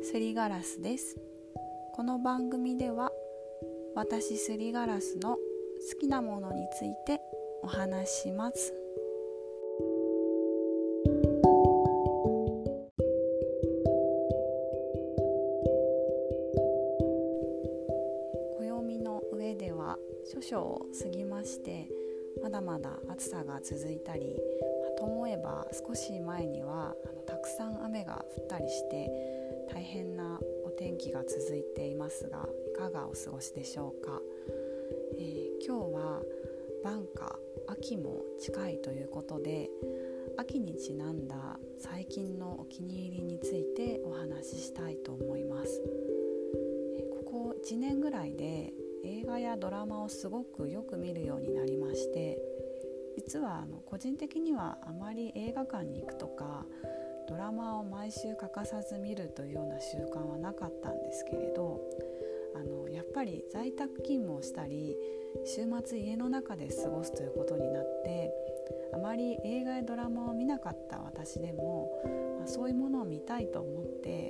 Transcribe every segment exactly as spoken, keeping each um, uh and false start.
すりガラスです。この番組では私すりガラスの好きなものについてお話しします。暦の上では処暑を過ぎまして、まだまだ暑さが続いたり、と思えば少し前にはあのたくさん雨が降ったりして大変なお天気が続いていますが、いかがお過ごしでしょうか。えー、今日は晩夏、秋も近いということで、秋にちなんだ最近のお気に入りについてお話ししたいと思います。えー、ここいちねんぐらいで映画やドラマをすごくよく見るようになりまして、実はあの個人的にはあまり映画館に行くとかドラマを毎週欠かさず見るというような習慣はなかったんですけれど、あのやっぱり在宅勤務をしたり週末家の中で過ごすということになって、あまり映画やドラマを見なかった私でも、まあ、そういうものを見たいと思って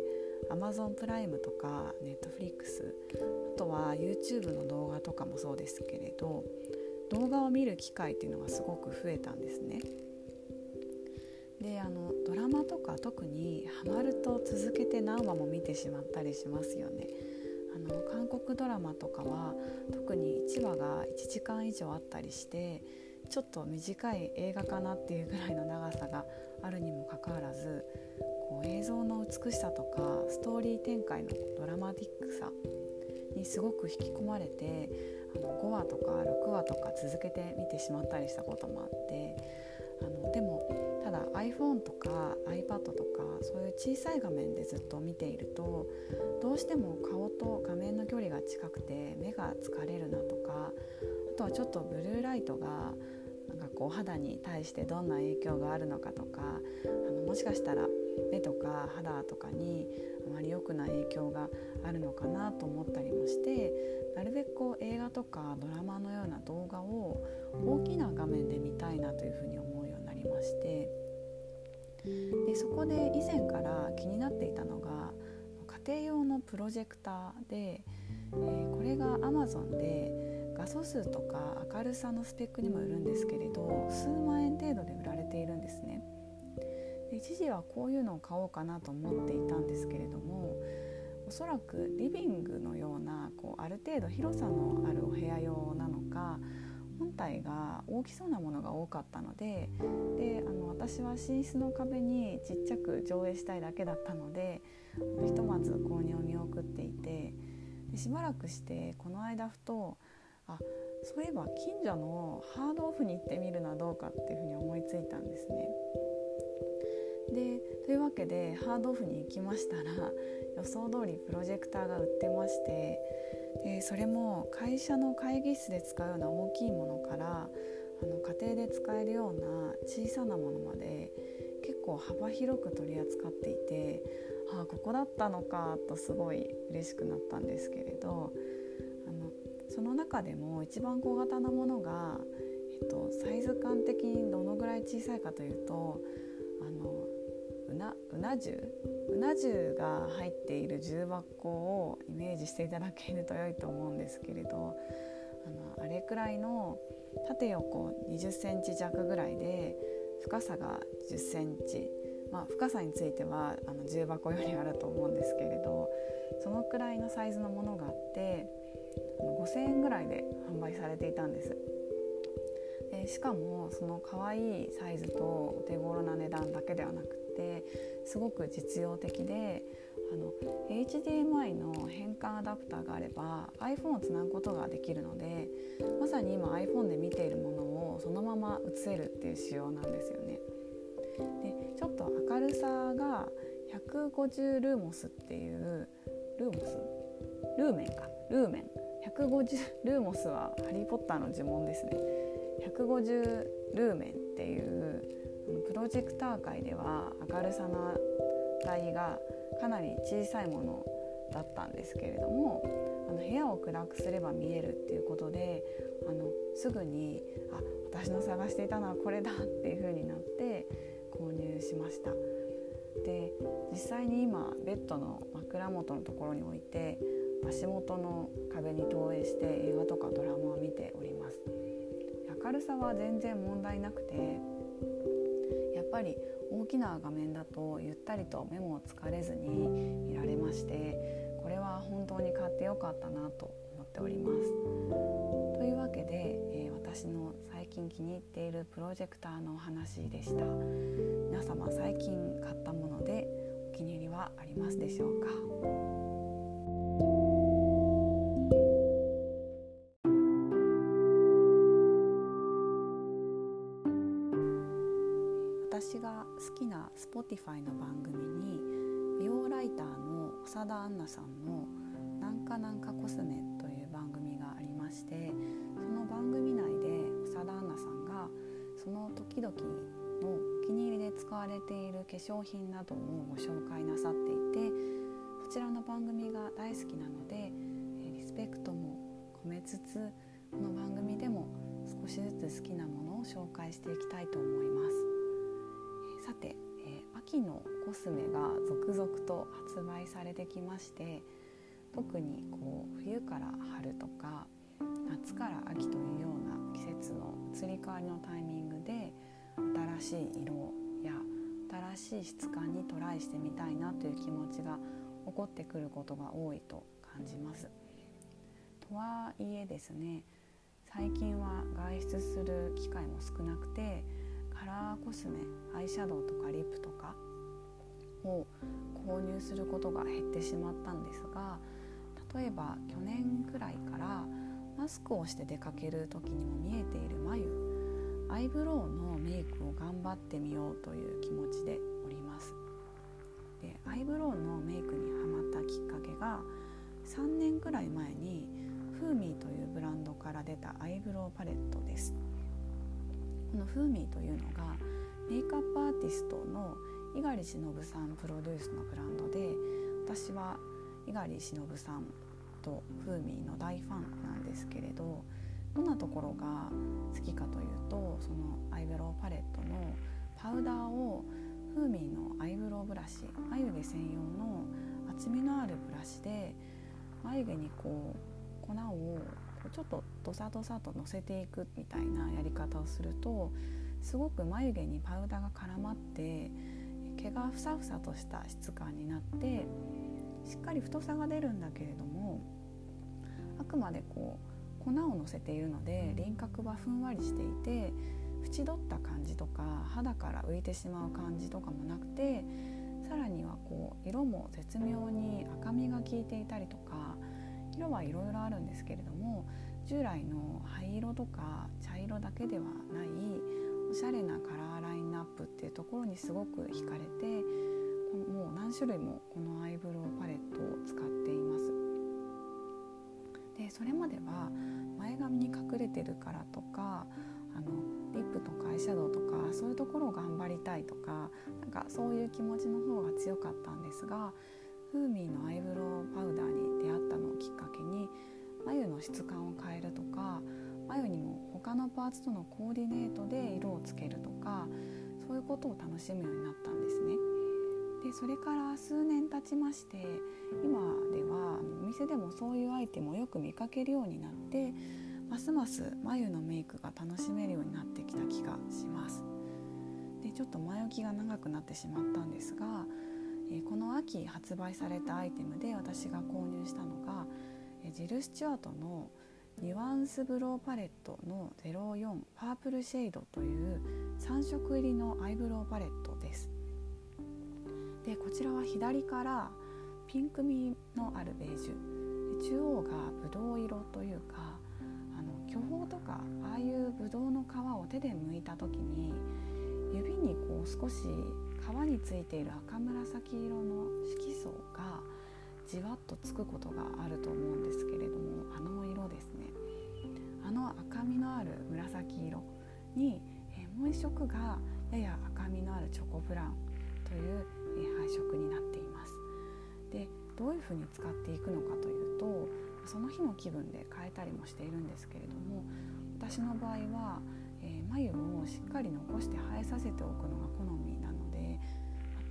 Amazon プライムとか Netflix、 あとは YouTube の動画とかもそうですけれど、動画を見る機会っていうのがすごく増えたんですね。で、あのドラマとか特にハマると続けて何話も見てしまったりしますよね。あの韓国ドラマとかは特にいちわがいちじかん以上あったりして、ちょっと短い映画かなっていうぐらいの長さがあるにもかかわらず、こう映像の美しさとかストーリー展開のドラマティックさにすごく引き込まれて、あのごわとかろくわとか続けて見てしまったりしたこともあって、あのでもただ iPhone とか iPad とかそういう小さい画面でずっと見ていると、どうしても顔と画面の距離が近くて目が疲れるなとか、あとはちょっとブルーライトがなんかこう肌に対してどんな影響があるのかとか、あのもしかしたら目とか肌とかにあまり良くない影響があるのかなと思ったりもして、なるべくこう映画とかドラマのような動画を大きな画面で見たいなというふうに思うようになりまして、でそこで以前から気になっていたのが家庭用のプロジェクターで、えー、これが Amazon で画素数とか明るさのスペックにもよるんですけれど、数万円程度で売られているんですね。で一時はこういうのを買おうかなと思っていたんですけれども、おそらくリビングのようなこうある程度広さのあるお部屋用なのか、本体が大きそうなものが多かったので、であの私は寝室の壁にちっちゃく上映したいだけだったので、ひとまず購入を見送っていて、でしばらくしてこの間ふと、あ、そういえば近所のハードオフに行ってみるのはどうかっていうふうに思いついたんですね。でというわけでハードオフに行きましたら、予想通りプロジェクターが売ってまして、でそれも会社の会議室で使うような大きいものから、あの家庭で使えるような小さなものまで結構幅広く取り扱っていて、ああここだったのかとすごい嬉しくなったんですけれど、あのその中でも一番小型なものが、えっと、サイズ感的にどのぐらい小さいかというと、あのうな、うな重うな重が入っている重箱をイメージしていただけると良いと思うんですけれど、あのあれくらいの縦横にじゅっセンチ弱ぐらいで、深さがじゅっセンチ、まあ、深さについてはあの重箱よりあると思うんですけれど、そのくらいのサイズのものがあって、ごせんえんぐらいで販売されていたんです。でしかもその可愛いサイズとお手頃な値段だけではなくて、すごく実用的で、あの エイチディーエムアイ の変換アダプターがあれば iPhone をつなぐことができるので、まさに今 iPhone で見ているものをそのまま映せるっていう仕様なんですよね。でちょっと明るさがひゃくごじゅうルーモスっていうルーモスルーメンかルーメンひゃくごじゅうルーモスはハリーポッターの呪文ですね。ひゃくごじゅうルーメンっていうプロジェクター界では明るさの帯がかなり小さいものだったんですけれども、あの部屋を暗くすれば見えるっていうことで、あのすぐにあ私の探していたのはこれだっていう風になって購入しました。 で実際に今ベッドの枕元のところに置いて足元の壁に投影して映画とかドラマを見ております。明るさは全然問題なくて、やっぱり大きな画面だとゆったりと目も疲れずに見られまして、これは本当に買ってよかったなと思っております。というわけで、えー、私の最近気に入っているプロジェクターのお話でした。皆様最近買ったものでお気に入りはありますでしょうか？私が好きな Spotify の番組に美容ライターの長田杏奈さんのなんかなんかコスメという番組がありまして、その番組内で長田杏奈さんがその時々のお気に入りで使われている化粧品などをご紹介なさっていて、こちらの番組が大好きなのでリスペクトも込めつつ、この番組でも少しずつ好きなものを紹介していきたいと思います。さて、えー、秋のコスメが続々と発売されてきまして、特にこう冬から春とか夏から秋というような季節の移り変わりのタイミングで新しい色や新しい質感にトライしてみたいなという気持ちが起こってくることが多いと感じます。とはいえですね、最近は外出する機会も少なくて、カラーコスメ、アイシャドウとかリップとかを購入することが減ってしまったんですが、例えば去年くらいからマスクをして出かける時にも見えている眉、アイブロウのメイクを頑張ってみようという気持ちでおります。で、アイブロウのメイクにハマったきっかけがさんねんくらい前にフーミーというブランドから出たアイブロウパレットです。このフーミーというのがメイクアップアーティストの猪狩忍さんプロデュースのブランドで、私は猪狩忍さんとフーミーの大ファンなんですけれど、どんなところが好きかというと、そのアイブロウパレットのパウダーをフーミーのアイブロウブラシ、眉毛専用の厚みのあるブラシで眉毛にこう粉をちょっとドサドサと乗せていくみたいなやり方をすると、すごく眉毛にパウダーが絡まって毛がふさふさとした質感になって、しっかり太さが出るんだけれども、あくまでこう粉を乗せているので輪郭はふんわりしていて、縁取った感じとか肌から浮いてしまう感じとかもなくて、さらにはこう色も絶妙に赤みが効いていたりとか、色はいろいろあるんですけれども、従来の灰色とか茶色だけではないおしゃれなカラーラインナップっていうところにすごく惹かれて、もう何種類もこのアイブロウパレットを使っています。で、それまでは前髪に隠れてるからとか、あのリップとかアイシャドウとかそういうところを頑張りたいとか、なんかそういう気持ちの方が強かったんですが、フーミーのアイブロウパウダーに出会ったのをきっかけに、眉の質感を変えるとか、眉にも他のパーツとのコーディネートで色をつけるとか、そういうことを楽しむようになったんですね。で、それから数年経ちまして、今ではお店でもそういうアイテムをよく見かけるようになって、ますます眉のメイクが楽しめるようになってきた気がします。で、ちょっと前置きが長くなってしまったんですが、この秋発売されたアイテムで私が購入したのが、ジル・スチュアートのニュアンスブロウパレットのゼロよんパープルシェイドというさん色入りのアイブロウパレットです。で、こちらは左からピンク味のあるベージュ、中央がブドウ色というか、あの巨峰とかああいうブドウの皮を手で剥いた時に指にこう少し皮についている赤紫色の色素がじわっとつくことがあると思うんですけれども、あの色ですね。あの赤みのある紫色に、えー、もう一色がやや赤みのあるチョコブラウンという、えー、配色になっています。で、どういうふうに使っていくのかというと、その日の気分で変えたりもしているんですけれども、私の場合は、えー、眉をしっかり残して生えさせておくのが好みなので、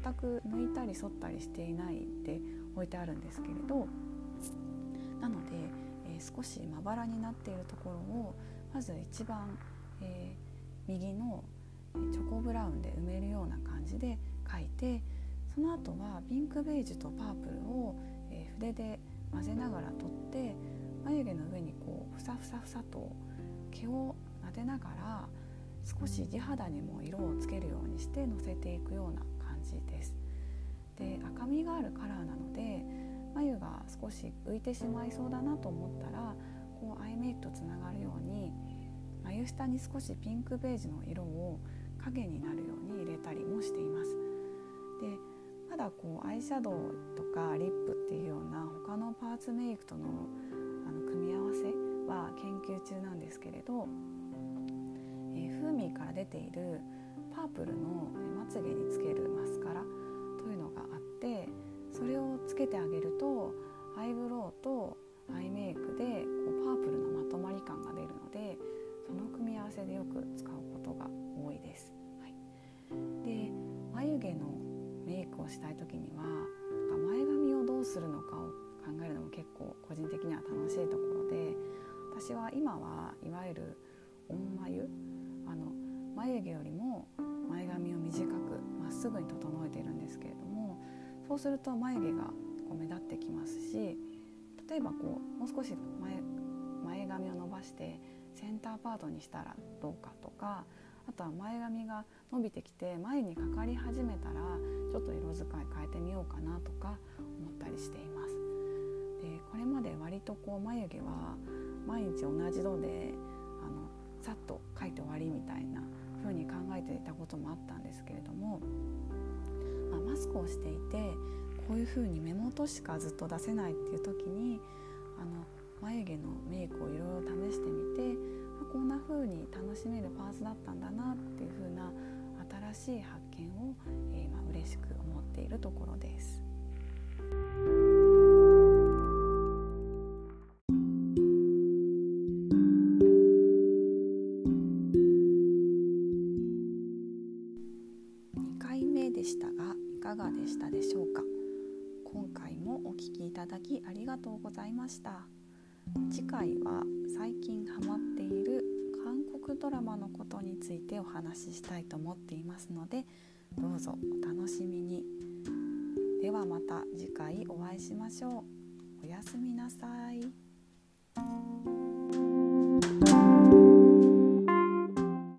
全く抜いたり剃ったりしていないで置いてあるんですけれど、なので、えー、少しまばらになっているところをまず一番、えー、右のチョコブラウンで埋めるような感じで描いて、その後はピンクベージュとパープルを、えー、筆で混ぜながら取って、眉毛の上にこうふさふさふさと毛を撫でながら少し地肌にも色をつけるようにしてのせていくような感じです。で、赤みがあるカラーなので眉が少し浮いてしまいそうだなと思ったら、こうアイメイクとつながるように眉下に少しピンクベージュの色を影になるように入れたりもしています。で、まだこうアイシャドウとかリップっていうような他のパーツメイクとの、あの組み合わせは研究中なんですけれど、えー、フーミーから出ているパープルのまつげにつけるマスカラというのがあって、それをつけてあげるとアイブロウとアイメイクでこうパープルのまとまり感が出るので、その組み合わせでよく使うことが多いです。はい、で、眉毛のメイクをしたい時には前髪をどうするのかを考えるのも結構個人的には楽しいところで、私は今はいわゆるオン眉、あの眉毛よりも前髪を短くまっすぐに整えているんですけれども、そうすると眉毛がこう目立ってきますし、例えばこうもう少し 前, 前髪を伸ばしてセンターパートにしたらどうかとか、あとは前髪が伸びてきて前にかかり始めたらちょっと色使い変えてみようかなとか思ったりしています。で、これまで割とこう眉毛は毎日同じ度であのさっと描いて終わりみたいな風に考えていたこともあったんですけれども、まあ、マスクをしていてこういう風に目元しかずっと出せないっていう時に、あの眉毛のメイクをいろいろ試してみて、こんな風に楽しめるパーツだったんだなっていう風な新しい発見を、えー、まあ嬉しく思っているところです。にかいめでしたがいかがでしたでしょうか。今回もお聞きいただきありがとうございました。次回は最近ハマっている韓国ドラマのことについてお話ししたいと思っていますので、どうぞお楽しみに。ではまた次回お会いしましょう。おやすみなさい。